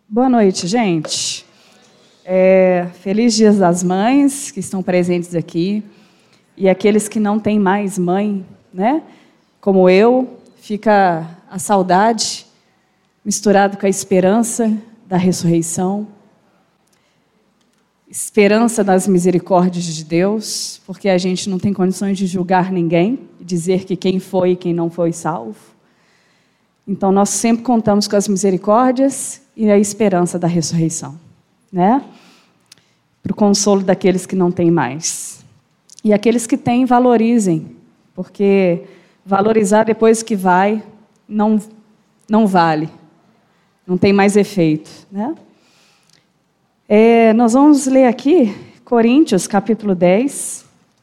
Boa noite, gente. Feliz Dia das Mães que estão presentes aqui. E aqueles que não têm mais mãe, né? Como eu, fica a saudade misturado com a esperança da ressurreição. Esperança das misericórdias de Deus, porque a gente não tem condições de julgar ninguém e dizer que quem foi e quem não foi salvo. Então, nós sempre contamos com as misericórdias e a esperança da ressurreição, né? Para o consolo daqueles que não têm mais. E aqueles que têm, valorizem, porque valorizar depois que vai, não vale, não tem mais efeito, né? Nós vamos ler aqui, Coríntios, capítulo 10.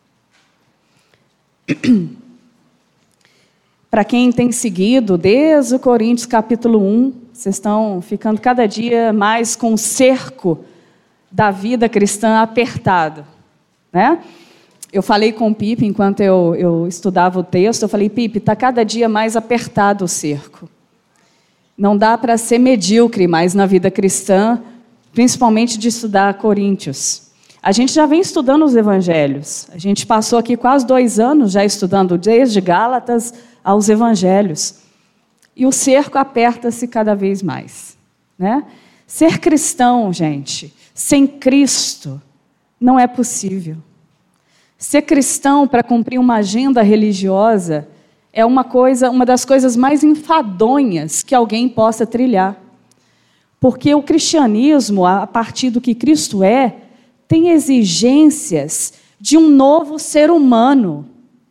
Para quem tem seguido, desde o Coríntios, capítulo 1, vocês estão ficando cada dia mais com o cerco da vida cristã apertado, né? Eu falei com o Pipe, enquanto eu estudava o texto, eu falei, Pipe, está cada dia mais apertado o cerco. Não dá para ser medíocre mais na vida cristã, principalmente de estudar Coríntios. A gente já vem estudando os evangelhos. A gente passou aqui quase 2 anos já estudando desde Gálatas aos evangelhos. E o cerco aperta-se cada vez mais, né? Ser cristão, gente, sem Cristo, não é possível. Ser cristão para cumprir uma agenda religiosa é uma das coisas mais enfadonhas que alguém possa trilhar. Porque o cristianismo, a partir do que Cristo tem exigências de um novo ser humano.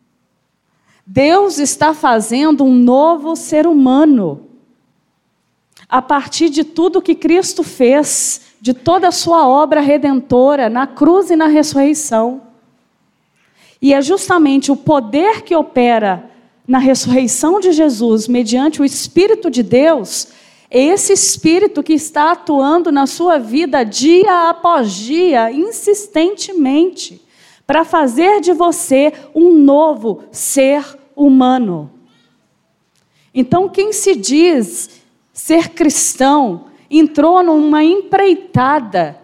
Deus está fazendo um novo ser humano. A partir de tudo que Cristo fez, de toda a sua obra redentora na cruz e na ressurreição. E é justamente o poder que opera na ressurreição de Jesus, mediante o Espírito de Deus, é esse Espírito que está atuando na sua vida dia após dia, insistentemente, para fazer de você um novo ser humano. Então, quem se diz ser cristão, entrou numa empreitada,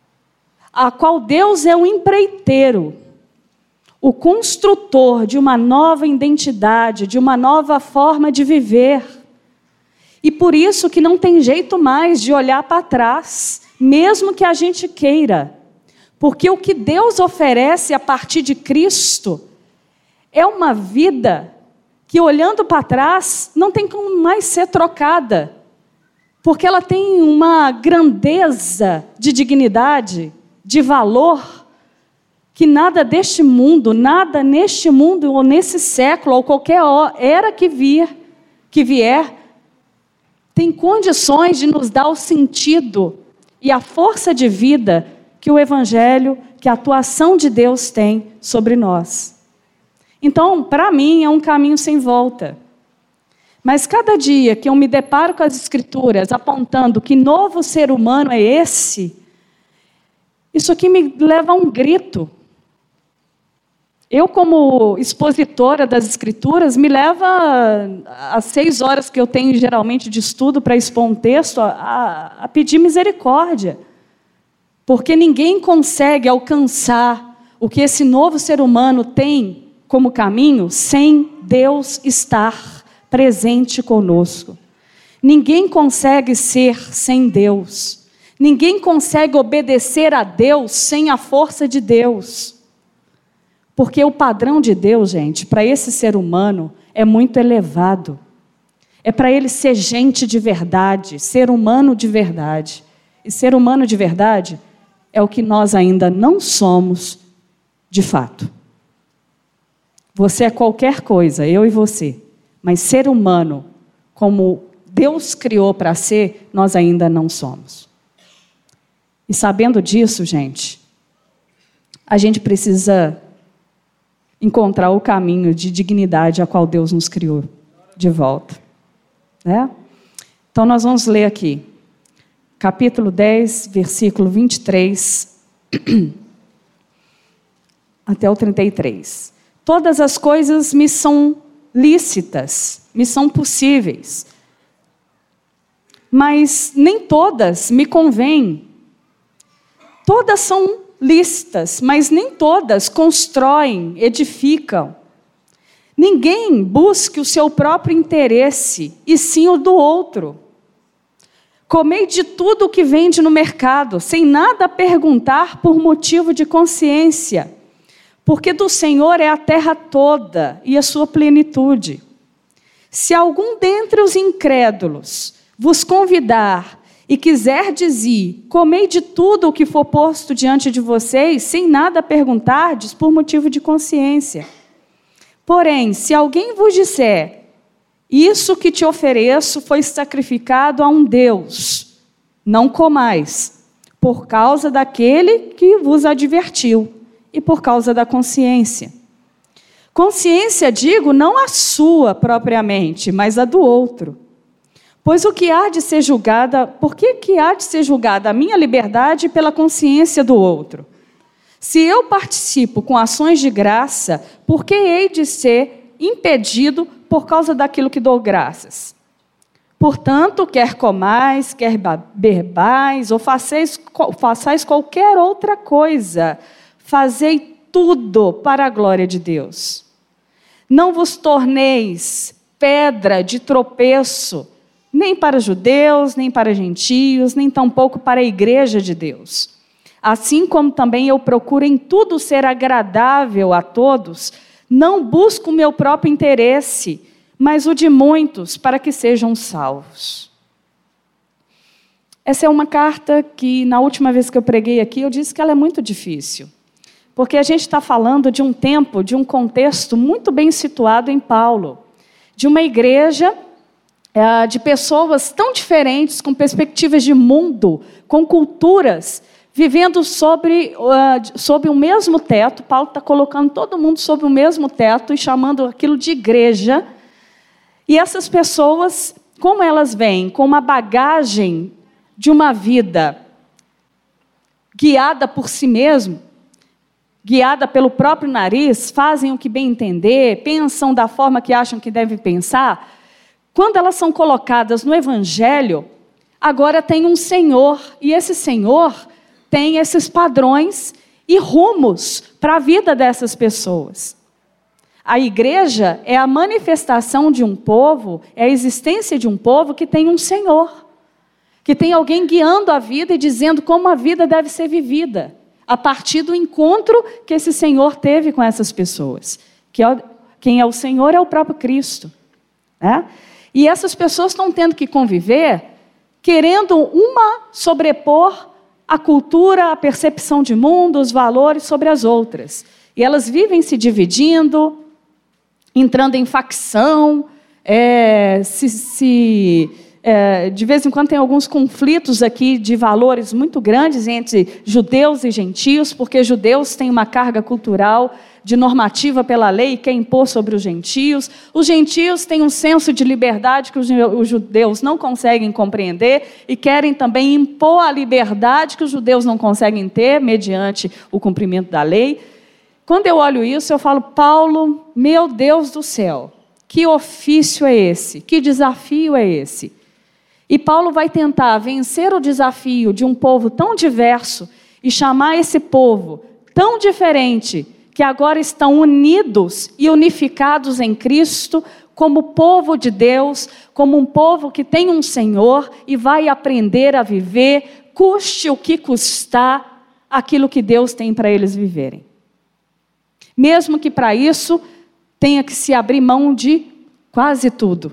a qual Deus é um empreiteiro, o construtor de uma nova identidade, de uma nova forma de viver. E por isso que não tem jeito mais de olhar para trás, mesmo que a gente queira. Porque o que Deus oferece a partir de Cristo é uma vida que, olhando para trás, não tem como mais ser trocada. Porque ela tem uma grandeza de dignidade, de valor, que nada deste mundo, nada neste mundo ou nesse século, ou qualquer era que vier, tem condições de nos dar o sentido e a força de vida que o Evangelho, que a atuação de Deus tem sobre nós. Então, para mim, é um caminho sem volta. Mas cada dia que eu me deparo com as Escrituras apontando que novo ser humano é esse, isso aqui me leva a um grito. Eu, como expositora das Escrituras, me leva às 6 horas que eu tenho geralmente de estudo para expor um texto, a pedir misericórdia. Porque ninguém consegue alcançar o que esse novo ser humano tem como caminho sem Deus estar presente conosco. Ninguém consegue ser sem Deus. Ninguém consegue obedecer a Deus sem a força de Deus. Porque o padrão de Deus, gente, para esse ser humano é muito elevado. É para ele ser gente de verdade, ser humano de verdade. E ser humano de verdade é o que nós ainda não somos de fato. Você é qualquer coisa, eu e você. Mas ser humano, como Deus criou para ser, nós ainda não somos. E sabendo disso, gente, a gente precisa encontrar o caminho de dignidade a qual Deus nos criou de volta, né? Então nós vamos ler aqui, capítulo 10, versículo 23 até o 33. Todas as coisas me são lícitas, me são possíveis. mas nem todas me convêm. Todas são lícitas, mas nem todas constroem, edificam. Ninguém busque o seu próprio interesse, e sim o do outro. Comei de tudo o que vende no mercado, sem nada perguntar por motivo de consciência, porque do Senhor é a terra toda e a sua plenitude. Se algum dentre os incrédulos vos convidar e quiser dizer, comei de tudo o que for posto diante de vocês, sem nada perguntardes por motivo de consciência. Porém, se alguém vos disser, isso que te ofereço foi sacrificado a um Deus, não comais, por causa daquele que vos advertiu e por causa da consciência. Consciência, digo, não a sua propriamente, mas a do outro. Pois o que há de ser julgada, por que há de ser julgada a minha liberdade pela consciência do outro? Se eu participo com ações de graça, por que hei de ser impedido por causa daquilo que dou graças? Portanto, quer comais, quer bebais, ou façais qualquer outra coisa, fazei tudo para a glória de Deus. Não vos torneis pedra de tropeço, nem para judeus, nem para gentios, nem tampouco para a igreja de Deus. Assim como também eu procuro em tudo ser agradável a todos, não busco o meu próprio interesse, mas o de muitos, para que sejam salvos. Essa é uma carta que, na última vez que eu preguei aqui, eu disse que ela é muito difícil. Porque a gente está falando de um tempo, de um contexto muito bem situado em Paulo. De uma igreja, de pessoas tão diferentes, com perspectivas de mundo, com culturas, vivendo sob o mesmo teto. Paulo está colocando todo mundo sob o mesmo teto e chamando aquilo de igreja. E essas pessoas, como elas vêm? Com uma bagagem de uma vida guiada por si mesmo, guiada pelo próprio nariz, fazem o que bem entender, pensam da forma que acham que devem pensar. Quando elas são colocadas no Evangelho, agora tem um Senhor, e esse Senhor tem esses padrões e rumos para a vida dessas pessoas. A igreja é a manifestação de um povo, é a existência de um povo que tem um Senhor, que tem alguém guiando a vida e dizendo como a vida deve ser vivida, a partir do encontro que esse Senhor teve com essas pessoas. Quem é o Senhor é o próprio Cristo, né? E essas pessoas estão tendo que conviver, querendo uma sobrepor a cultura, a percepção de mundo, os valores sobre as outras. E elas vivem se dividindo, entrando em facção, de vez em quando tem alguns conflitos aqui de valores muito grandes entre judeus e gentios, porque judeus têm uma carga cultural de normativa pela lei e quer impor sobre os gentios. Os gentios têm um senso de liberdade que os judeus não conseguem compreender e querem também impor a liberdade que os judeus não conseguem ter mediante o cumprimento da lei. Quando eu olho isso, eu falo, Paulo, meu Deus do céu, que ofício é esse? Que desafio é esse? E Paulo vai tentar vencer o desafio de um povo tão diverso e chamar esse povo tão diferente, que agora estão unidos e unificados em Cristo, como povo de Deus, como um povo que tem um Senhor e vai aprender a viver, custe o que custar, aquilo que Deus tem para eles viverem. Mesmo que para isso tenha que se abrir mão de quase tudo.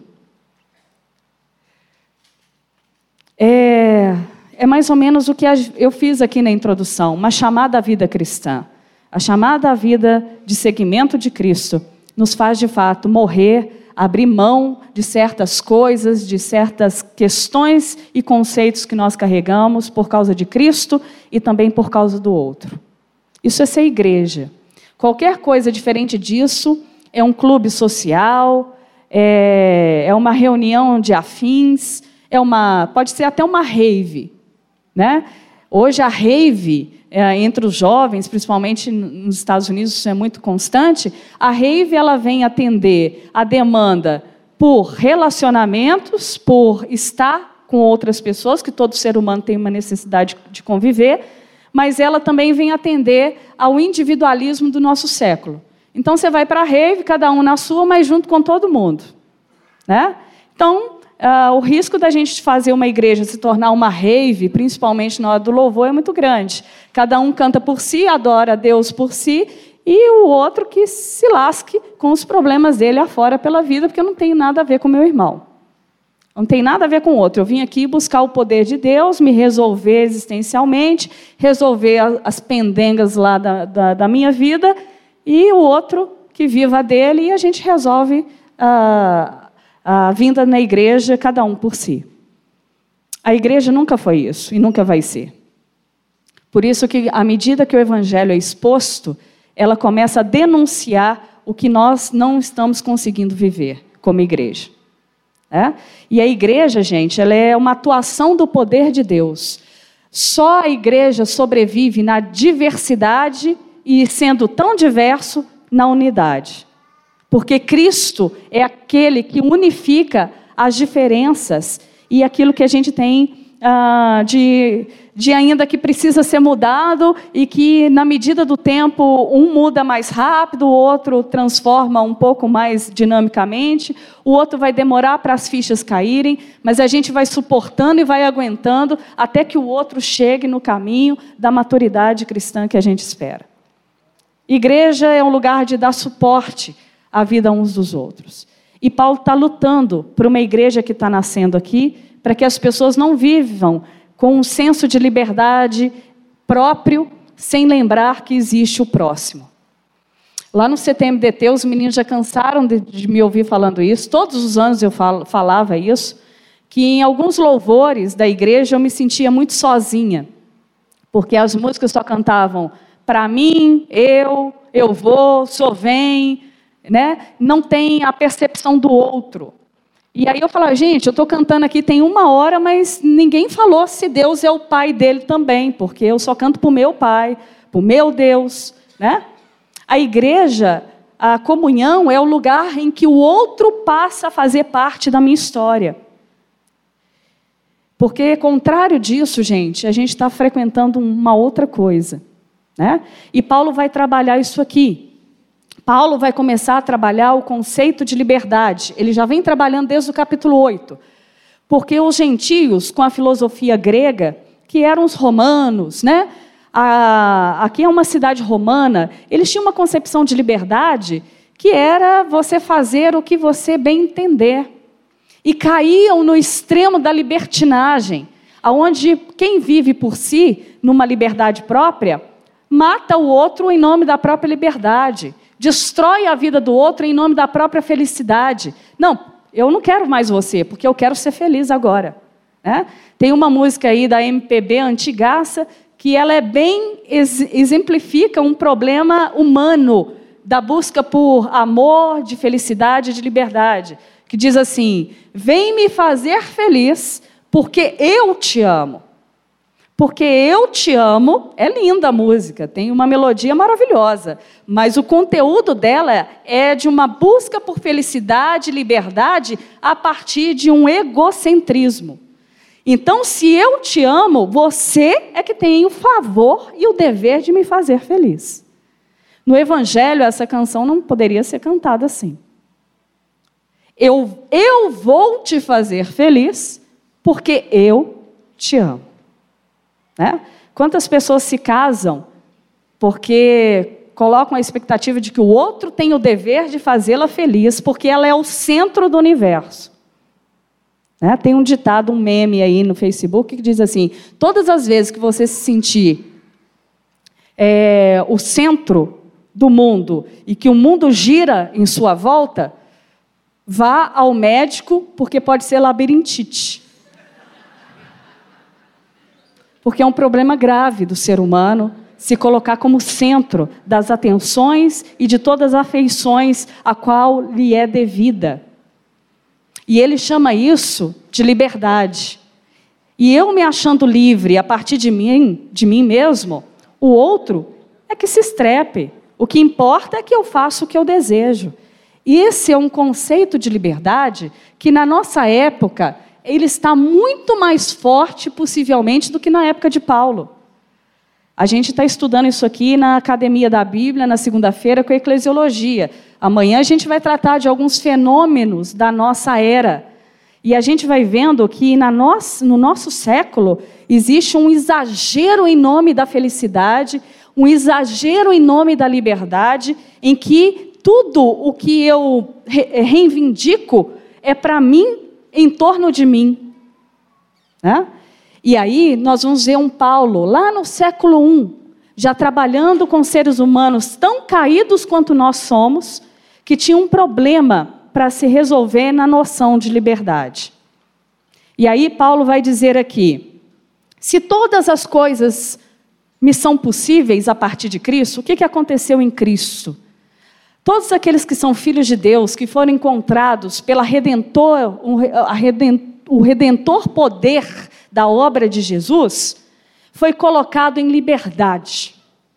É mais ou menos o que eu fiz aqui na introdução, uma chamada à vida cristã. A chamada à vida de seguimento de Cristo nos faz, de fato, morrer, abrir mão de certas coisas, de certas questões e conceitos que nós carregamos por causa de Cristo e também por causa do outro. Isso é ser igreja. Qualquer coisa diferente disso é um clube social, é uma reunião de afins, pode ser até uma rave, né? Hoje a rave, entre os jovens, principalmente nos Estados Unidos, isso é muito constante. A rave, ela vem atender a demanda por relacionamentos, por estar com outras pessoas, que todo ser humano tem uma necessidade de conviver, mas ela também vem atender ao individualismo do nosso século. Então, você vai para a rave, cada um na sua, mas junto com todo mundo, né? Então, o risco da gente fazer uma igreja se tornar uma rave, principalmente na hora do louvor, é muito grande. Cada um canta por si, adora a Deus por si, e o outro que se lasque com os problemas dele afora pela vida, porque eu não tenho nada a ver com o meu irmão. Não tem nada a ver com o outro. Eu vim aqui buscar o poder de Deus, me resolver existencialmente, resolver as pendengas lá da minha vida, e o outro que viva dele, e a gente resolve a vinda na igreja, cada um por si. A igreja nunca foi isso, e nunca vai ser. Por isso que, à medida que o evangelho é exposto, ela começa a denunciar o que nós não estamos conseguindo viver como igreja. E a igreja, gente, ela é uma atuação do poder de Deus. Só a igreja sobrevive na diversidade e, sendo tão diverso, na unidade. Porque Cristo é aquele que unifica as diferenças e aquilo que a gente tem de ainda que precisa ser mudado e que, na medida do tempo, um muda mais rápido, o outro transforma um pouco mais dinamicamente, o outro vai demorar para as fichas caírem, mas a gente vai suportando e vai aguentando até que o outro chegue no caminho da maturidade cristã que a gente espera. Igreja é um lugar de dar suporte à vida uns dos outros. E Paulo está lutando por uma igreja que está nascendo aqui, para que as pessoas não vivam com um senso de liberdade próprio, sem lembrar que existe o próximo. Lá no CTMDT, os meninos já cansaram de me ouvir falando isso, todos os anos eu falava isso, que em alguns louvores da igreja eu me sentia muito sozinha, porque as músicas só cantavam para mim, eu vou, sou vem, né? Não tem a percepção do outro. E aí eu falava, gente, eu estou cantando aqui tem 1 hora, mas ninguém falou se Deus é o pai dele também, porque eu só canto para o meu pai, para o meu Deus, né? A igreja, a comunhão é o lugar em que o outro passa a fazer parte da minha história. Porque, contrário disso, gente, a gente está frequentando uma outra coisa, né? E Paulo vai trabalhar isso aqui. Paulo vai começar a trabalhar o conceito de liberdade. Ele já vem trabalhando desde o capítulo 8. Porque os gentios, com a filosofia grega, que eram os romanos, né? Aqui é uma cidade romana, eles tinham uma concepção de liberdade que era você fazer o que você bem entender. E caíam no extremo da libertinagem, onde quem vive por si, numa liberdade própria, mata o outro em nome da própria liberdade. Destrói a vida do outro em nome da própria felicidade. Não, eu não quero mais você, porque eu quero ser feliz agora. Né? Tem uma música aí da MPB antigaça, que ela exemplifica um problema humano, da busca por amor, de felicidade, de liberdade. Que diz assim, vem me fazer feliz, porque eu te amo. Porque eu te amo, é linda a música, tem uma melodia maravilhosa, mas o conteúdo dela é de uma busca por felicidade e liberdade a partir de um egocentrismo. Então, se eu te amo, você é que tem o favor e o dever de me fazer feliz. No Evangelho, essa canção não poderia ser cantada assim. Eu vou te fazer feliz porque eu te amo. Né? Quantas pessoas se casam porque colocam a expectativa de que o outro tem o dever de fazê-la feliz, porque ela é o centro do universo. Né? Tem um ditado, um meme aí no Facebook que diz assim, todas as vezes que você se sentir o centro do mundo e que o mundo gira em sua volta, vá ao médico, porque pode ser labirintite. Porque é um problema grave do ser humano se colocar como centro das atenções e de todas as afeições a qual lhe é devida. E ele chama isso de liberdade. E eu me achando livre a partir de mim mesmo, o outro é que se estrepe. O que importa é que eu faça o que eu desejo. E esse é um conceito de liberdade que na nossa época ele está muito mais forte, possivelmente, do que na época de Paulo. A gente está estudando isso aqui na Academia da Bíblia, na segunda-feira, com a Eclesiologia. Amanhã a gente vai tratar de alguns fenômenos da nossa era. E a gente vai vendo que no nosso século existe um exagero em nome da felicidade, um exagero em nome da liberdade, em que tudo o que eu reivindico é para mim, em torno de mim. Né? E aí nós vamos ver um Paulo, lá no século I, já trabalhando com seres humanos tão caídos quanto nós somos, que tinha um problema para se resolver na noção de liberdade. E aí Paulo vai dizer aqui, se todas as coisas me são possíveis a partir de Cristo, o que aconteceu em Cristo? Todos aqueles que são filhos de Deus, que foram encontrados pela o redentor poder da obra de Jesus, foi colocado em liberdade.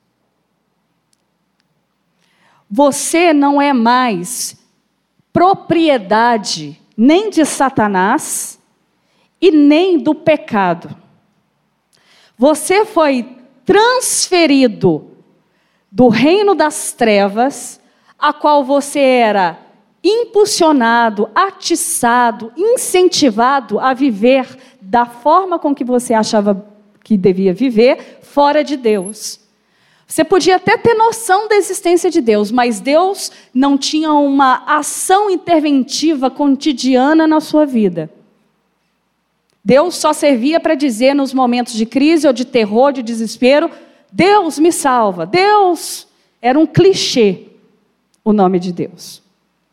Você não é mais propriedade nem de Satanás e nem do pecado. Você foi transferido do reino das trevas, a qual você era impulsionado, atiçado, incentivado a viver da forma com que você achava que devia viver, fora de Deus. Você podia até ter noção da existência de Deus, mas Deus não tinha uma ação interventiva cotidiana na sua vida. Deus só servia para dizer nos momentos de crise ou de terror, de desespero, Deus me salva. Deus era um clichê, o nome de Deus.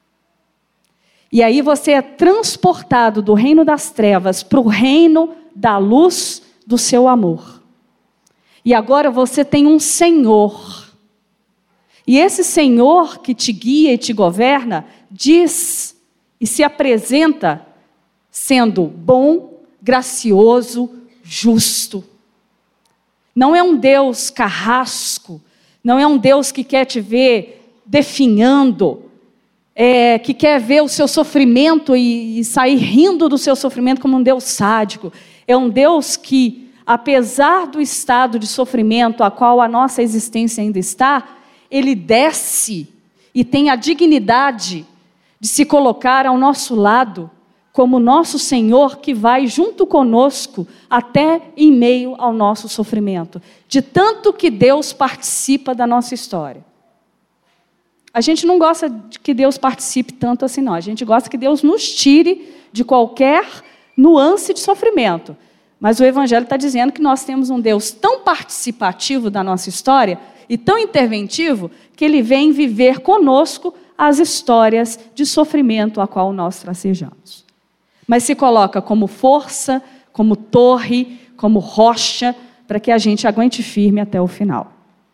E aí você é transportado do reino das trevas para o reino da luz do seu amor. E agora você tem um Senhor. E esse Senhor que te guia e te governa, diz e se apresenta sendo bom, gracioso, justo. Não é um Deus carrasco, não é um Deus que quer te ver definhando, que quer ver o seu sofrimento e sair rindo do seu sofrimento como um Deus sádico. É um Deus que, apesar do estado de sofrimento a qual a nossa existência ainda está, Ele desce e tem a dignidade de se colocar ao nosso lado, como nosso Senhor que vai junto conosco até em meio ao nosso sofrimento. De tanto que Deus participa da nossa história. A gente não gosta de que Deus participe tanto assim, não. A gente gosta que Deus nos tire de qualquer nuance de sofrimento. Mas o Evangelho está dizendo que nós temos um Deus tão participativo da nossa história e tão interventivo que Ele vem viver conosco as histórias de sofrimento a qual nós tracejamos. Mas se coloca como força, como torre, como rocha, para que a gente aguente firme até o final.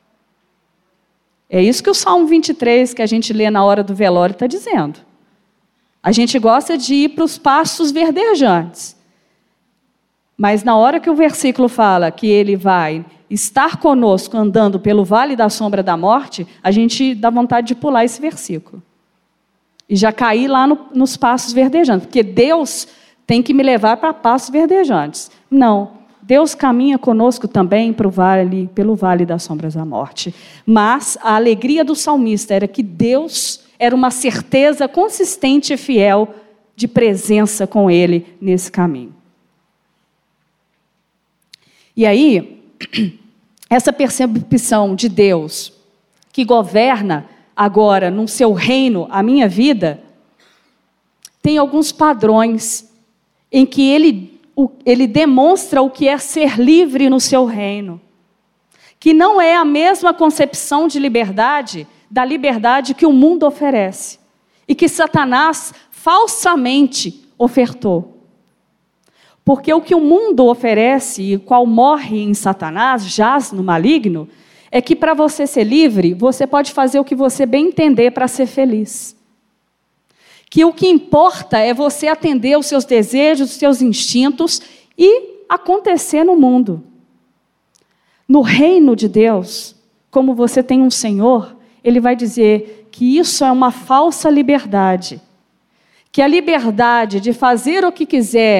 É isso que o Salmo 23, que a gente lê na hora do velório, está dizendo. A gente gosta de ir para os pastos verdejantes. Mas na hora que o versículo fala que Ele vai estar conosco andando pelo vale da sombra da morte, a gente dá vontade de pular esse versículo. E já cair lá nos pastos verdejantes. Porque Deus tem que me levar para pastos verdejantes. Não. Deus caminha conosco também pelo vale das sombras da morte. Mas a alegria do salmista era que Deus era uma certeza consistente e fiel de presença com Ele nesse caminho. E aí, essa percepção de Deus que governa agora no seu reino a minha vida, tem alguns padrões em que ele demonstra o que é ser livre no seu reino. Que não é a mesma concepção de liberdade, da liberdade que o mundo oferece. E que Satanás falsamente ofertou. Porque o que o mundo oferece, e o qual morre em Satanás, jaz no maligno, é que para você ser livre, você pode fazer o que você bem entender para ser feliz. Que o que importa é você atender os seus desejos, os seus instintos e acontecer no mundo. No reino de Deus, como você tem um Senhor, Ele vai dizer que isso é uma falsa liberdade. Que a liberdade de fazer o que quiser,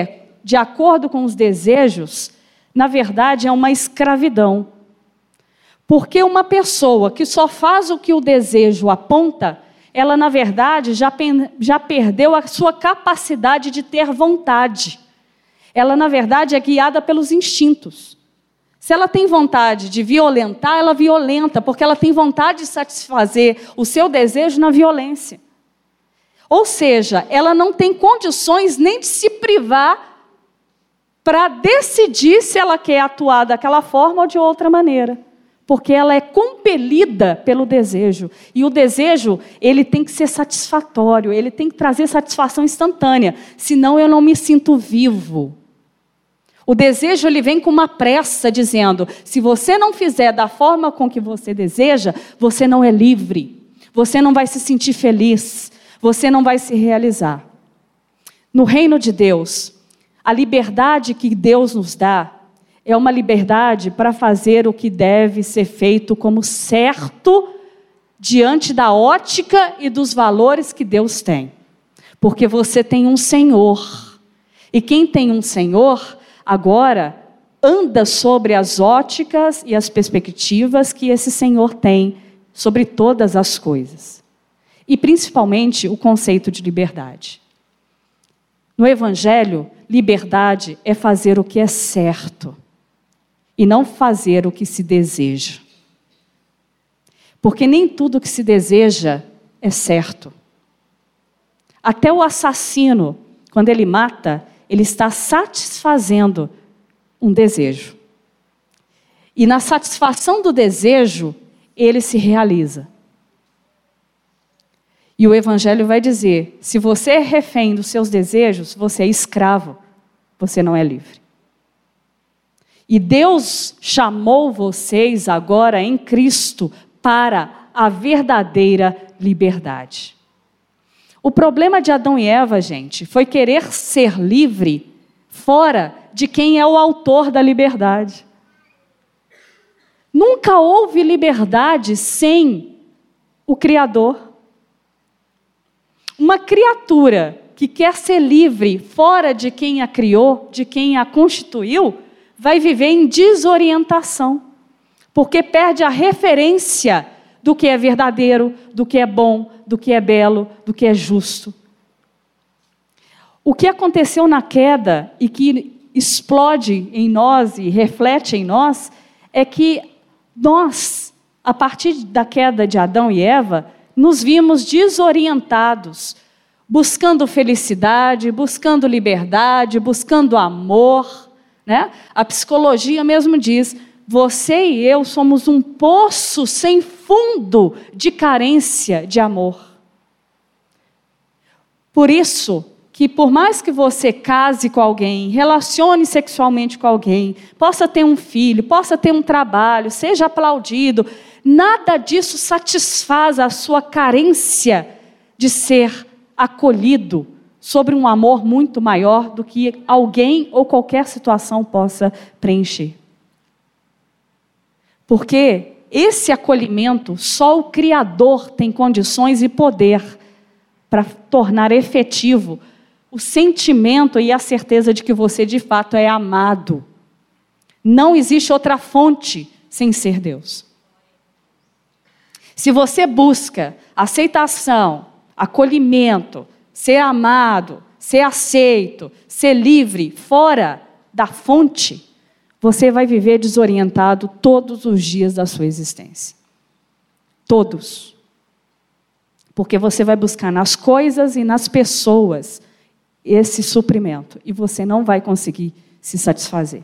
de acordo com os desejos, na verdade é uma escravidão. Porque uma pessoa que só faz o que o desejo aponta, ela na verdade já perdeu a sua capacidade de ter vontade. Ela na verdade é guiada pelos instintos. Se ela tem vontade de violentar, ela violenta, porque ela tem vontade de satisfazer o seu desejo na violência. Ou seja, ela não tem condições nem de se privar para decidir se ela quer atuar daquela forma ou de outra maneira. Porque ela é compelida pelo desejo. E o desejo, ele tem que ser satisfatório, ele tem que trazer satisfação instantânea. Senão eu não me sinto vivo. O desejo, ele vem com uma pressa, dizendo, se você não fizer da forma com que você deseja, você não é livre. Você não vai se sentir feliz. Você não vai se realizar. No reino de Deus, a liberdade que Deus nos dá, é uma liberdade para fazer o que deve ser feito como certo diante da ótica e dos valores que Deus tem. Porque você tem um Senhor. E quem tem um Senhor, agora anda sobre as óticas e as perspectivas que esse Senhor tem sobre todas as coisas. E principalmente o conceito de liberdade. No Evangelho, liberdade é fazer o que é certo. E não fazer o que se deseja. Porque nem tudo que se deseja é certo. Até o assassino, quando ele mata, ele está satisfazendo um desejo. E na satisfação do desejo, ele se realiza. E o Evangelho vai dizer, se você é refém dos seus desejos, você é escravo, você não é livre. E Deus chamou vocês agora em Cristo para a verdadeira liberdade. O problema de Adão e Eva, gente, foi querer ser livre fora de quem é o autor da liberdade. Nunca houve liberdade sem o Criador. Uma criatura que quer ser livre fora de quem a criou, de quem a constituiu, vai viver em desorientação, porque perde a referência do que é verdadeiro, do que é bom, do que é belo, do que é justo. O que aconteceu na queda e que explode em nós e reflete em nós, é que nós, a partir da queda de Adão e Eva, nos vimos desorientados, buscando felicidade, buscando liberdade, buscando amor, né? A psicologia mesmo diz, você e eu somos um poço sem fundo de carência de amor. Por isso, que por mais que você case com alguém, relacione sexualmente com alguém, possa ter um filho, possa ter um trabalho, seja aplaudido, nada disso satisfaz a sua carência de ser acolhido sobre um amor muito maior do que alguém ou qualquer situação possa preencher. Porque esse acolhimento, só o Criador tem condições e poder para tornar efetivo o sentimento e a certeza de que você de fato é amado. Não existe outra fonte sem ser Deus. Se você busca aceitação, acolhimento, ser amado, ser aceito, ser livre, fora da fonte, você vai viver desorientado todos os dias da sua existência. Todos. Porque você vai buscar nas coisas e nas pessoas esse suprimento. E você não vai conseguir se satisfazer.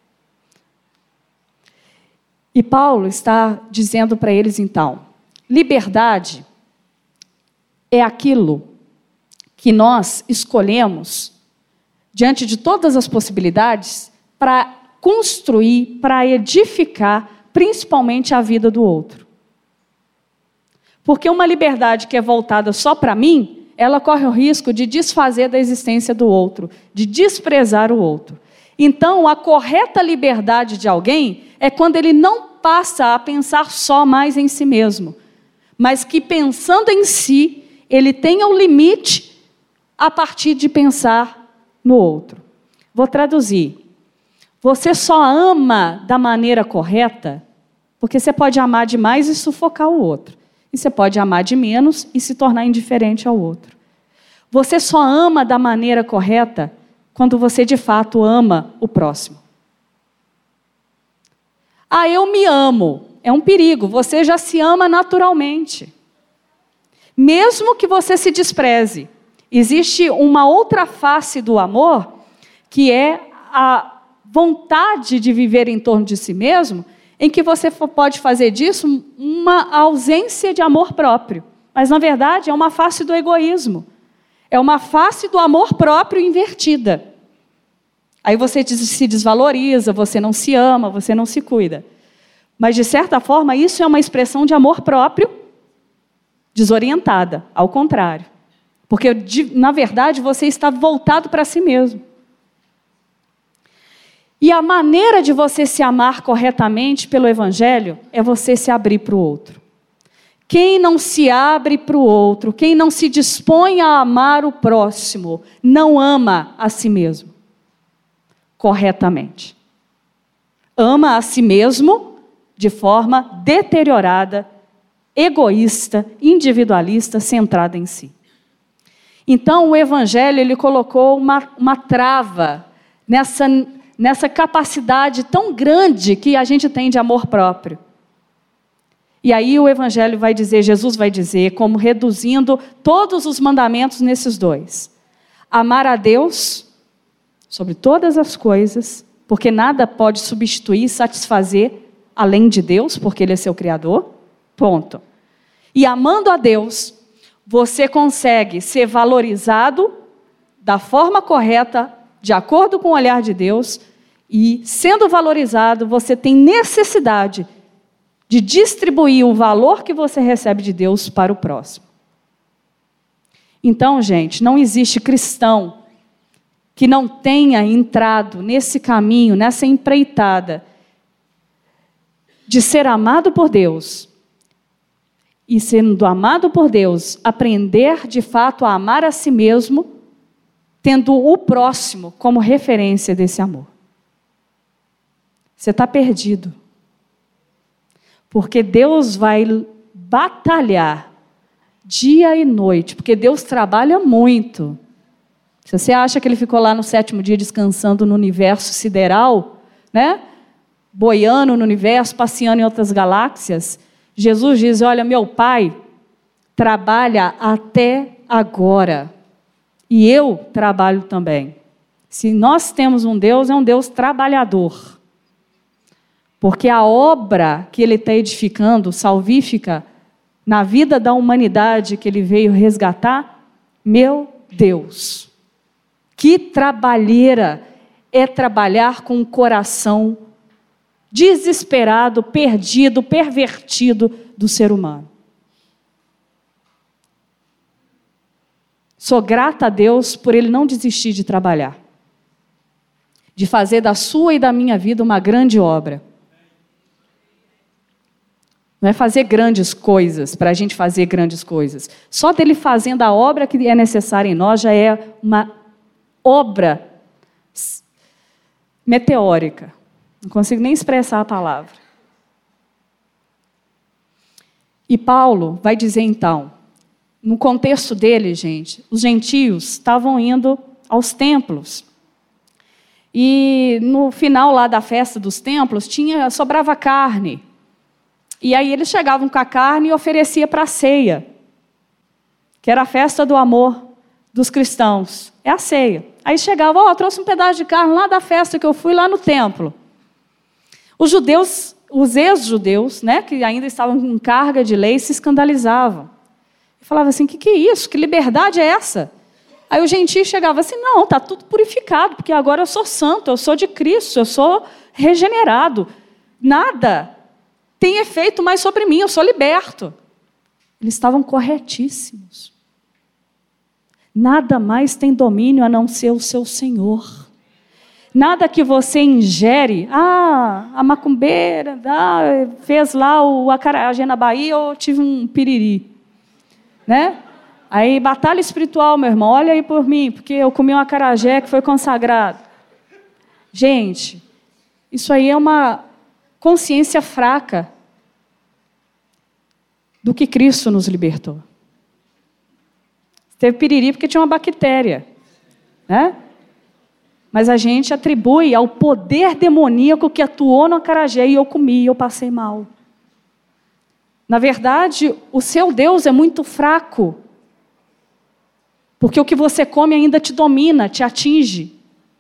E Paulo está dizendo para eles então, liberdade é aquilo que nós escolhemos, diante de todas as possibilidades, para construir, para edificar, principalmente a vida do outro. Porque uma liberdade que é voltada só para mim, ela corre o risco de desfazer da existência do outro, de desprezar o outro. Então, a correta liberdade de alguém é quando ele não passa a pensar só mais em si mesmo, mas que pensando em si, ele tenha um limite a partir de pensar no outro. Vou traduzir. Você só ama da maneira correta, porque você pode amar demais e sufocar o outro. E você pode amar de menos e se tornar indiferente ao outro. Você só ama da maneira correta quando você de fato ama o próximo. Ah, eu me amo. É um perigo. Você já se ama naturalmente. Mesmo que você se despreze. Existe uma outra face do amor, que é a vontade de viver em torno de si mesmo, em que você pode fazer disso uma ausência de amor próprio. Mas, na verdade, é uma face do egoísmo. É uma face do amor próprio invertida. Aí você se desvaloriza, você não se ama, você não se cuida. Mas, de certa forma, isso é uma expressão de amor próprio desorientada, ao contrário. Porque, na verdade, você está voltado para si mesmo. E a maneira de você se amar corretamente pelo Evangelho é você se abrir para o outro. Quem não se abre para o outro, quem não se dispõe a amar o próximo, não ama a si mesmo corretamente. Ama a si mesmo de forma deteriorada, egoísta, individualista, centrada em si. Então, o Evangelho ele colocou uma trava nessa capacidade tão grande que a gente tem de amor próprio. E aí o Evangelho vai dizer, Jesus vai dizer, como reduzindo todos os mandamentos nesses dois. Amar a Deus sobre todas as coisas, porque nada pode substituir, satisfazer além de Deus, porque Ele é seu Criador. Ponto. E amando a Deus, você consegue ser valorizado da forma correta, de acordo com o olhar de Deus, e sendo valorizado, você tem necessidade de distribuir o valor que você recebe de Deus para o próximo. Então, gente, não existe cristão que não tenha entrado nesse caminho, nessa empreitada de ser amado por Deus e, sendo amado por Deus, aprender de fato a amar a si mesmo, tendo o próximo como referência desse amor. Você está perdido. Porque Deus vai batalhar dia e noite, porque Deus trabalha muito. Se você acha que Ele ficou lá no 7º dia descansando no universo sideral, né? Boiando no universo, passeando em outras galáxias, Jesus diz, olha, meu Pai trabalha até agora. E eu trabalho também. Se nós temos um Deus, é um Deus trabalhador. Porque a obra que Ele está edificando, salvífica, na vida da humanidade que Ele veio resgatar, meu Deus, que trabalheira é trabalhar com um coração desesperado, perdido, pervertido do ser humano. Sou grata a Deus por Ele não desistir de trabalhar, de fazer da sua e da minha vida uma grande obra. Não é fazer grandes coisas, para a gente fazer grandes coisas. Só dele fazendo a obra que é necessária em nós já é uma obra meteórica. Não consigo nem expressar a palavra. E Paulo vai dizer então, no contexto dele, gente, os gentios estavam indo aos templos. E no final lá da festa dos templos, sobrava carne. E aí eles chegavam com a carne e ofereciam para a ceia, que era a festa do amor dos cristãos. É a ceia. Aí chegava, trouxe um pedaço de carne lá da festa que eu fui lá no templo. Os judeus, os ex-judeus, né, que ainda estavam com carga de lei, se escandalizavam. E falavam assim, que é isso? Que liberdade é essa? Aí o gentio chegava assim, não, está tudo purificado, porque agora eu sou santo, eu sou de Cristo, eu sou regenerado. Nada tem efeito mais sobre mim, eu sou liberto. Eles estavam corretíssimos. Nada mais tem domínio a não ser o seu Senhor. Nada que você ingere, a macumbeira fez lá o acarajé na Bahia, eu tive um piriri. Né? Aí, batalha espiritual, meu irmão, olha aí por mim, porque eu comi um acarajé que foi consagrado. Gente, isso aí é uma consciência fraca do que Cristo nos libertou. Teve piriri porque tinha uma bactéria, né? Mas a gente atribui ao poder demoníaco que atuou no acarajé e eu comi, eu passei mal. Na verdade, o seu Deus é muito fraco, porque o que você come ainda te domina, te atinge.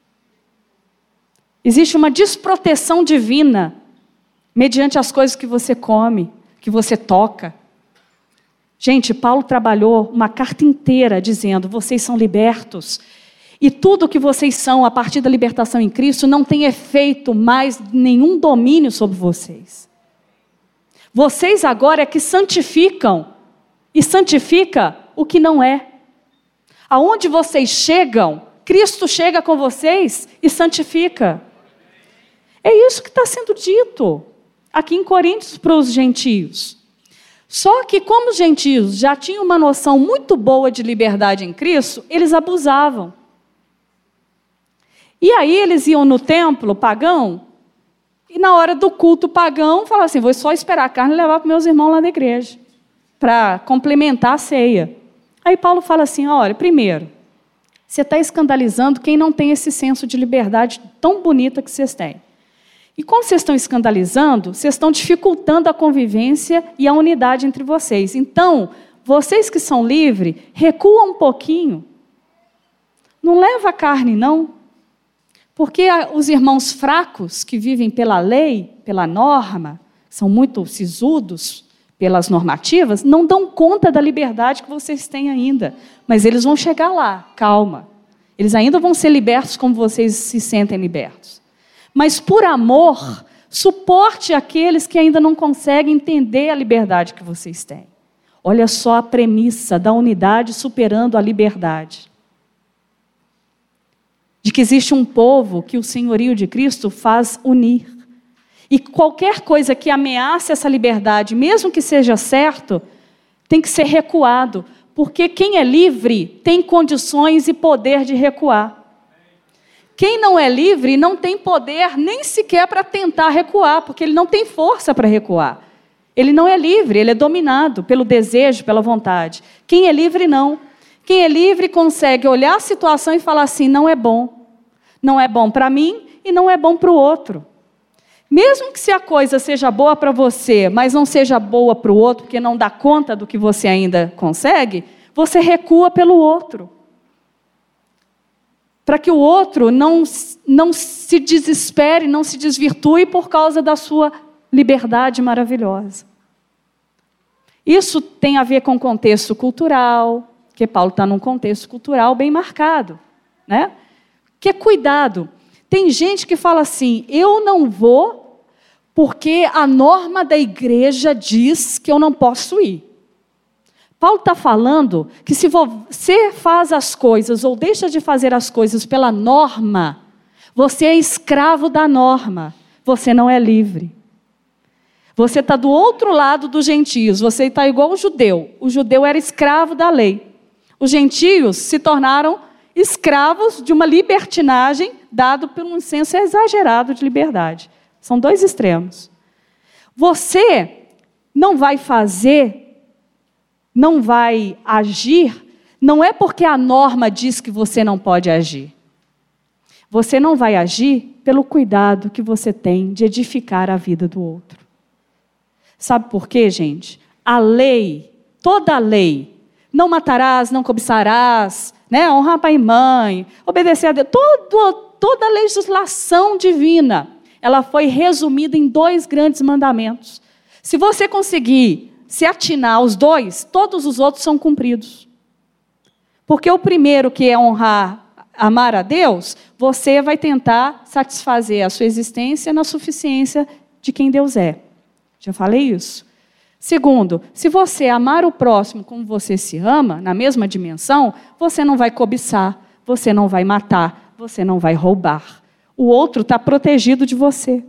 Existe uma desproteção divina mediante as coisas que você come, que você toca. Gente, Paulo trabalhou uma carta inteira dizendo: vocês são libertos. E tudo que vocês são a partir da libertação em Cristo não tem efeito mais nenhum domínio sobre vocês. Vocês agora é que santificam e santifica o que não é. Aonde vocês chegam, Cristo chega com vocês e santifica. É isso que está sendo dito aqui em Coríntios para os gentios. Só que como os gentios já tinham uma noção muito boa de liberdade em Cristo, eles abusavam. E aí eles iam no templo pagão, e na hora do culto pagão, falavam assim: vou só esperar a carne e levar para meus irmãos lá da igreja, para complementar a ceia. Aí Paulo fala assim: olha, primeiro, você está escandalizando quem não tem esse senso de liberdade tão bonita que vocês têm. E como vocês estão escandalizando, vocês estão dificultando a convivência e a unidade entre vocês. Então, vocês que são livres, recuam um pouquinho. Não leva a carne, não. Porque os irmãos fracos, que vivem pela lei, pela norma, são muito sisudos pelas normativas, não dão conta da liberdade que vocês têm ainda. Mas eles vão chegar lá, calma. Eles ainda vão ser libertos como vocês se sentem libertos. Mas por amor, suporte aqueles que ainda não conseguem entender a liberdade que vocês têm. Olha só a premissa da unidade superando a liberdade. De que existe um povo que o senhorio de Cristo faz unir. E qualquer coisa que ameace essa liberdade, mesmo que seja certo, tem que ser recuado. Porque quem é livre tem condições e poder de recuar. Quem não é livre não tem poder nem sequer para tentar recuar, porque ele não tem força para recuar. Ele não é livre, ele é dominado pelo desejo, pela vontade. Quem é livre, não. Quem é livre consegue olhar a situação e falar assim: não é bom. Não é bom para mim e não é bom para o outro. Mesmo que se a coisa seja boa para você, mas não seja boa para o outro, porque não dá conta do que você ainda consegue, você recua pelo outro. Para que o outro não se desespere, não se desvirtue por causa da sua liberdade maravilhosa. Isso tem a ver com contexto cultural, porque Paulo está num contexto cultural bem marcado, né? Que é cuidado. Tem gente que fala assim: eu não vou porque a norma da igreja diz que eu não posso ir. Paulo está falando que se você faz as coisas ou deixa de fazer as coisas pela norma, você é escravo da norma, você não é livre. Você está do outro lado dos gentios, você está igual o judeu era escravo da lei. Os gentios se tornaram escravos de uma libertinagem dado por um senso exagerado de liberdade. São dois extremos. Você não vai fazer, não vai agir, não é porque a norma diz que você não pode agir. Você não vai agir pelo cuidado que você tem de edificar a vida do outro. Sabe por quê, gente? A lei, toda a lei, não matarás, não cobiçarás, né? Honrar pai e mãe, obedecer a Deus, toda a legislação divina, ela foi resumida em 2 grandes mandamentos. Se você conseguir se atinar aos 2, todos os outros são cumpridos. Porque o primeiro, que é honrar, amar a Deus, você vai tentar satisfazer a sua existência na suficiência de quem Deus é. Já falei isso. Segundo, se você amar o próximo como você se ama, na mesma dimensão, você não vai cobiçar, você não vai matar, você não vai roubar. O outro está protegido de você.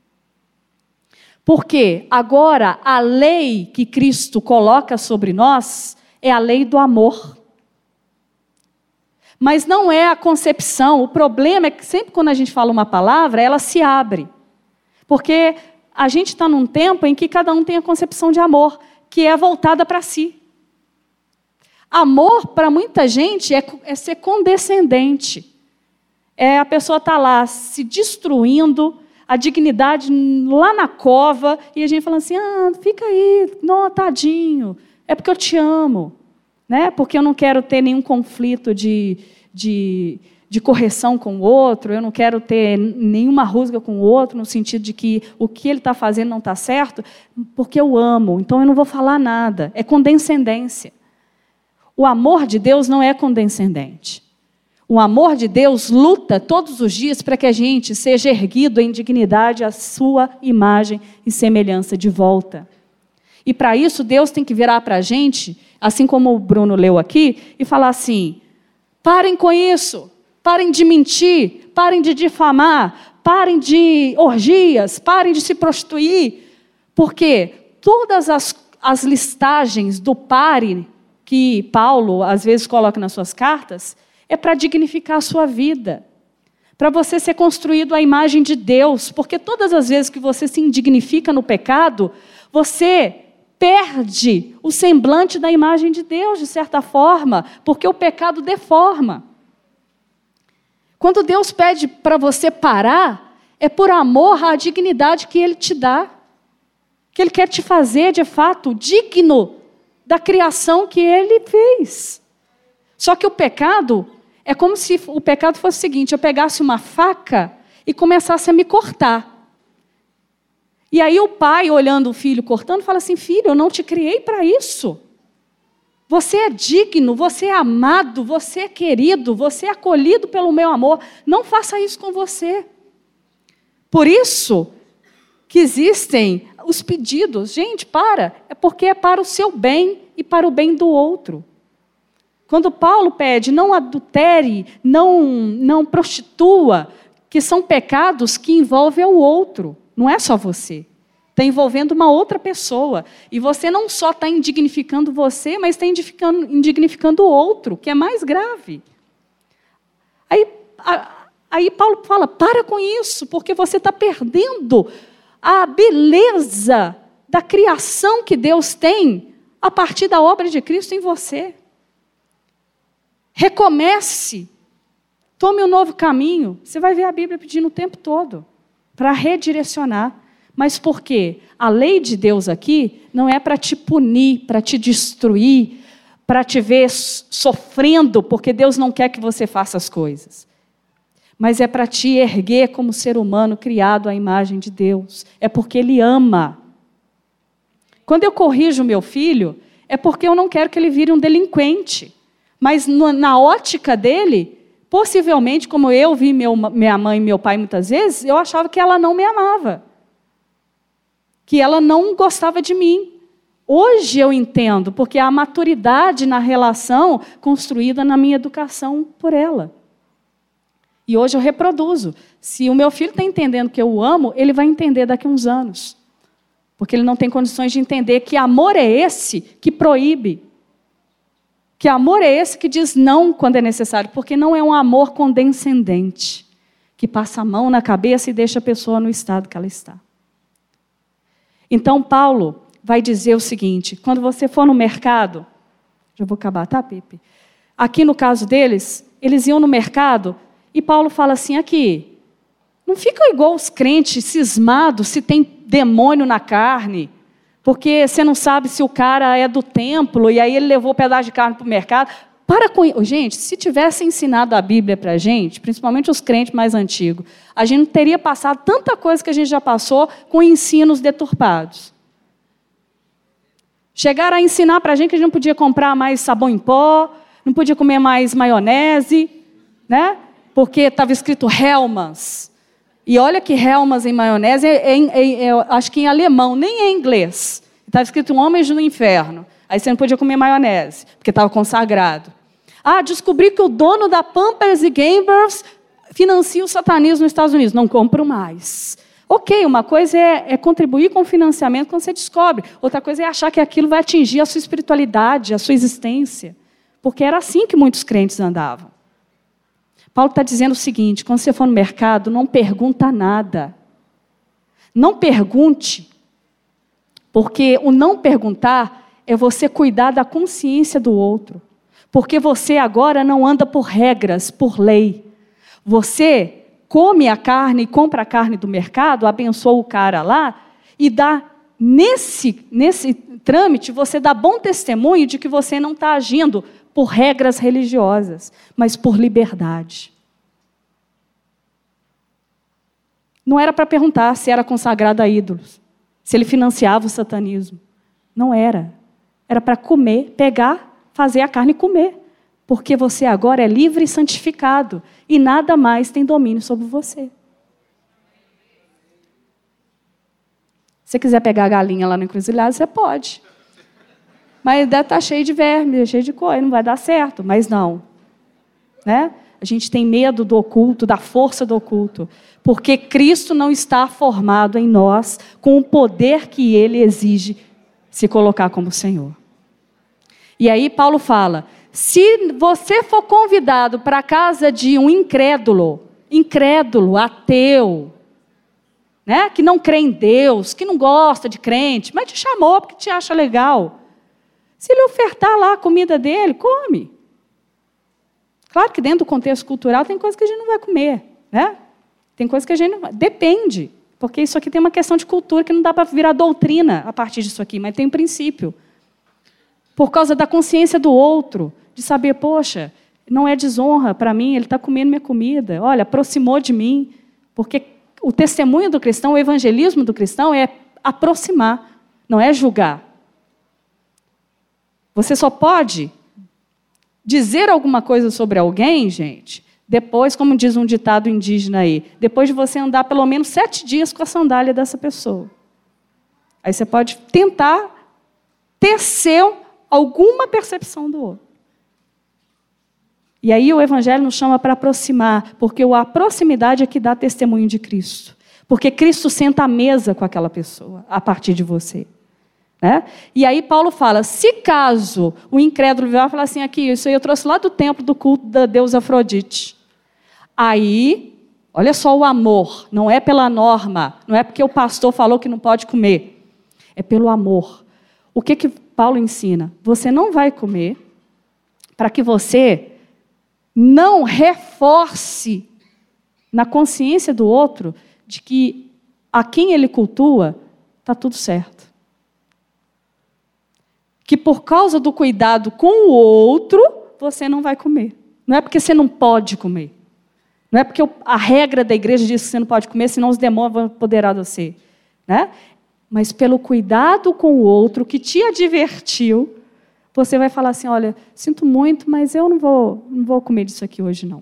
Porque agora a lei que Cristo coloca sobre nós é a lei do amor. Mas não é a concepção. O problema é que sempre quando a gente fala uma palavra, ela se abre. Porque a gente está num tempo em que cada um tem a concepção de amor, que é voltada para si. Amor, para muita gente, é ser condescendente. A pessoa está lá se destruindo, a dignidade lá na cova, e a gente fala assim, fica aí, não, tadinho, é porque eu te amo, né? Porque eu não quero ter nenhum conflito de correção com o outro, eu não quero ter nenhuma rusga com o outro, no sentido de que o que ele está fazendo não está certo, porque eu amo, então eu não vou falar nada. É condescendência. O amor de Deus não é condescendente. O amor de Deus luta todos os dias para que a gente seja erguido em dignidade à sua imagem e semelhança de volta. E para isso Deus tem que virar para a gente, assim como o Bruno leu aqui, e falar assim, parem com isso, parem de mentir, parem de difamar, parem de orgias, parem de se prostituir, porque todas as listagens do pare que Paulo às vezes coloca nas suas cartas, é para dignificar a sua vida, para você ser construído à imagem de Deus, porque todas as vezes que você se indignifica no pecado, você perde o semblante da imagem de Deus, de certa forma, porque o pecado deforma. Quando Deus pede para você parar, é por amor à dignidade que Ele te dá, que Ele quer te fazer, de fato, digno da criação que Ele fez. Só que o pecado, é como se o pecado fosse o seguinte, eu pegasse uma faca e começasse a me cortar. E aí o pai, olhando o filho cortando, fala assim, filho, eu não te criei para isso. Você é digno, você é amado, você é querido, você é acolhido pelo meu amor. Não faça isso com você. Por isso que existem os pedidos. Gente, é porque é para o seu bem e para o bem do outro. Quando Paulo pede, não adultere, não prostitua, que são pecados que envolvem o outro. Não é só você. Está envolvendo uma outra pessoa. E você não só está indignificando você, mas está indignificando o outro, que é mais grave. Aí Paulo fala, para com isso, porque você está perdendo a beleza da criação que Deus tem a partir da obra de Cristo em você. Recomece. Tome um novo caminho. Você vai ver a Bíblia pedindo o tempo todo para redirecionar. Mas por quê? A lei de Deus aqui não é para te punir, para te destruir, para te ver sofrendo, porque Deus não quer que você faça as coisas. Mas é para te erguer como ser humano criado à imagem de Deus. É porque Ele ama. Quando eu corrijo meu filho, é porque eu não quero que ele vire um delinquente. Mas na ótica dele, possivelmente, como eu vi minha mãe e meu pai muitas vezes, eu achava que ela não me amava. Que ela não gostava de mim. Hoje eu entendo, porque há a maturidade na relação construída na minha educação por ela. E hoje eu reproduzo. Se o meu filho está entendendo que eu o amo, ele vai entender daqui a uns anos. Porque ele não tem condições de entender que amor é esse que proíbe. Que amor é esse que diz não quando é necessário. Porque não é um amor condescendente, que passa a mão na cabeça e deixa a pessoa no estado que ela está. Então, Paulo vai dizer o seguinte, quando você for no mercado, já vou acabar, tá, Pepe? Aqui no caso deles, eles iam no mercado e Paulo fala assim, aqui, não fica igual os crentes cismados se tem demônio na carne, porque você não sabe se o cara é do templo e aí ele levou um pedaço de carne para o mercado. Para com isso. Gente, se tivesse ensinado a Bíblia para a gente, principalmente os crentes mais antigos, a gente não teria passado tanta coisa que a gente já passou com ensinos deturpados. Chegaram a ensinar para a gente que a gente não podia comprar mais sabão em pó, não podia comer mais maionese, né? Porque estava escrito Hellmann's. E olha que Hellmann's em maionese, acho que em alemão, nem em inglês. Estava escrito Homens do Inferno. Aí você não podia comer maionese, porque estava consagrado. Descobri que o dono da Pampers e Gamers financia o satanismo nos Estados Unidos. Não compro mais. Ok, uma coisa é contribuir com o financiamento quando você descobre. Outra coisa é achar que aquilo vai atingir a sua espiritualidade, a sua existência. Porque era assim que muitos crentes andavam. Paulo está dizendo o seguinte: quando você for no mercado, não pergunta nada. Não pergunte, porque o não perguntar é você cuidar da consciência do outro. Porque você agora não anda por regras, por lei. Você come a carne e compra a carne do mercado, abençoa o cara lá e dá, nesse trâmite, você dá bom testemunho de que você não está agindo por regras religiosas, mas por liberdade. Não era para perguntar se era consagrado a ídolos, se ele financiava o satanismo. Não era. Era para comer, pegar, fazer a carne e comer. Porque você agora é livre e santificado. E nada mais tem domínio sobre você. Se você quiser pegar a galinha lá no encruzilhado, você pode. Mas deve estar cheio de verme, cheio de coisa, não vai dar certo. Mas não. Né? A gente tem medo do oculto, da força do oculto. Porque Cristo não está formado em nós com o poder que Ele exige se colocar como Senhor. E aí Paulo fala: se você for convidado para a casa de um incrédulo, ateu, né, que não crê em Deus, que não gosta de crente, mas te chamou porque te acha legal. Se ele ofertar lá a comida dele, come. Claro que dentro do contexto cultural tem coisa que a gente não vai comer, né? Tem coisa que a gente não vai. Depende, porque isso aqui tem uma questão de cultura que não dá para virar doutrina a partir disso aqui, mas tem um princípio. Por causa da consciência do outro, de saber, poxa, não é desonra para mim, ele está comendo minha comida, olha, aproximou de mim, porque o testemunho do cristão, o evangelismo do cristão é aproximar, não é julgar. Você só pode dizer alguma coisa sobre alguém, gente, depois, como diz um ditado indígena aí, depois de você andar pelo menos 7 dias com a sandália dessa pessoa. Aí você pode tentar tecer alguma percepção do outro. E aí o Evangelho nos chama para aproximar, porque a proximidade é que dá testemunho de Cristo. Porque Cristo senta à mesa com aquela pessoa, a partir de você. Né? E aí Paulo fala, se caso o incrédulo vier falar assim, aqui, isso aí eu trouxe lá do templo do culto da deusa Afrodite. Aí, olha só o amor, não é pela norma, não é porque o pastor falou que não pode comer, é pelo amor. O que Paulo ensina? Você não vai comer para que você não reforce na consciência do outro de que a quem ele cultua está tudo certo. Que por causa do cuidado com o outro, você não vai comer. Não é porque você não pode comer. Não é porque a regra da igreja diz que você não pode comer, senão os demônios vão apoderar de você. Né? Mas pelo cuidado com o outro, que te advertiu, você vai falar assim, olha, sinto muito, mas eu não vou comer disso aqui hoje, não.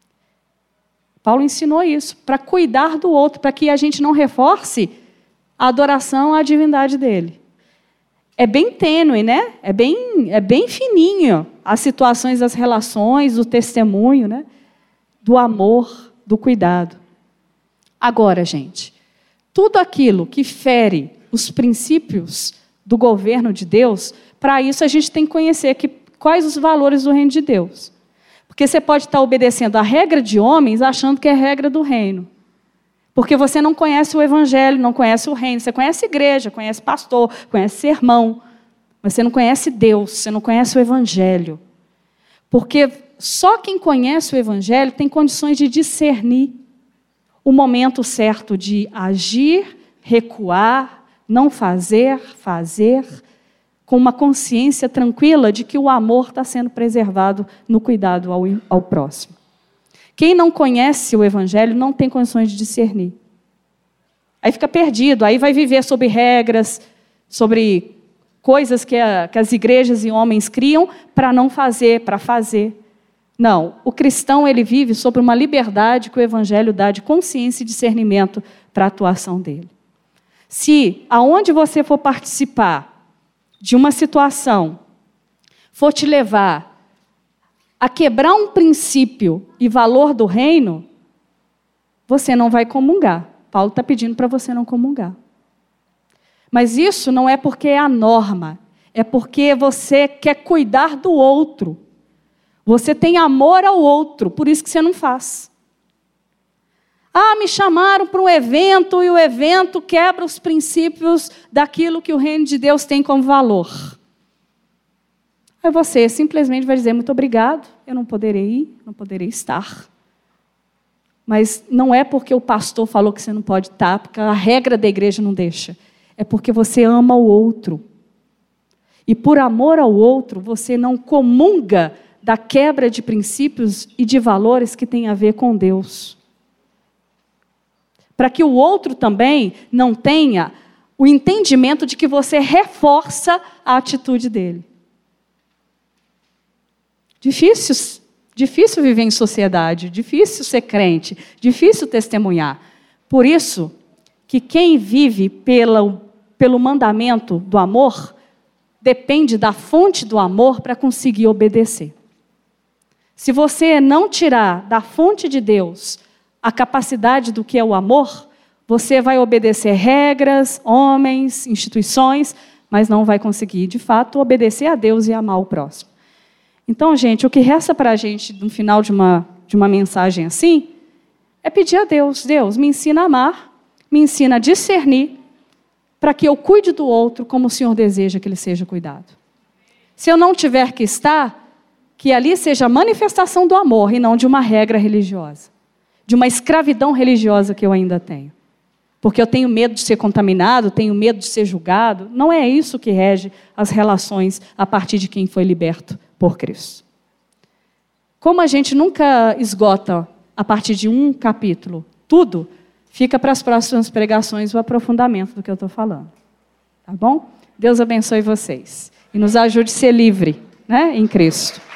Paulo ensinou isso, para cuidar do outro, para que a gente não reforce a adoração à divindade dele. É bem tênue, né? É bem fininho as situações, as relações, o testemunho, né? Do amor, do cuidado. Agora, gente, tudo aquilo que fere os princípios do governo de Deus, para isso a gente tem que conhecer quais os valores do reino de Deus. Porque você pode estar obedecendo a regra de homens achando que é regra do reino. Porque você não conhece o evangelho, não conhece o reino. Você conhece igreja, conhece pastor, conhece sermão. Mas você não conhece Deus, você não conhece o evangelho. Porque só quem conhece o evangelho tem condições de discernir o momento certo de agir, recuar, não fazer, com uma consciência tranquila de que o amor está sendo preservado no cuidado ao próximo. Quem não conhece o evangelho não tem condições de discernir. Aí fica perdido, aí vai viver sobre regras, sobre coisas que as igrejas e homens criam para não fazer, para fazer. Não, o cristão ele vive sobre uma liberdade que o evangelho dá de consciência e discernimento para a atuação dele. Se aonde você for participar de uma situação for te levar a quebrar um princípio e valor do reino, você não vai comungar. Paulo está pedindo para você não comungar. Mas isso não é porque é a norma, é porque você quer cuidar do outro. Você tem amor ao outro, por isso que você não faz. Ah, me chamaram para um evento e o evento quebra os princípios daquilo que o reino de Deus tem como valor. Aí você simplesmente vai dizer, muito obrigado, eu não poderei ir, não poderei estar. Mas não é porque o pastor falou que você não pode estar, porque a regra da igreja não deixa. É porque você ama o outro. E por amor ao outro, você não comunga da quebra de princípios e de valores que tem a ver com Deus. Para que o outro também não tenha o entendimento de que você reforça a atitude dele. Difícil viver em sociedade, difícil ser crente, difícil testemunhar. Por isso que quem vive pelo mandamento do amor depende da fonte do amor para conseguir obedecer. Se você não tirar da fonte de Deus a capacidade do que é o amor, você vai obedecer regras, homens, instituições, mas não vai conseguir, de fato, obedecer a Deus e amar o próximo. Então, gente, o que resta para a gente no final de uma mensagem assim, é pedir a Deus, Deus, me ensina a amar, me ensina a discernir, para que eu cuide do outro como o Senhor deseja que ele seja cuidado. Se eu não tiver que estar, que ali seja a manifestação do amor e não de uma regra religiosa, de uma escravidão religiosa que eu ainda tenho. Porque eu tenho medo de ser contaminado, tenho medo de ser julgado. Não é isso que rege as relações a partir de quem foi liberto por Cristo. Como a gente nunca esgota a partir de um capítulo tudo, fica para as próximas pregações o aprofundamento do que eu estou falando. Tá bom? Deus abençoe vocês. E nos ajude a ser livre, né, em Cristo.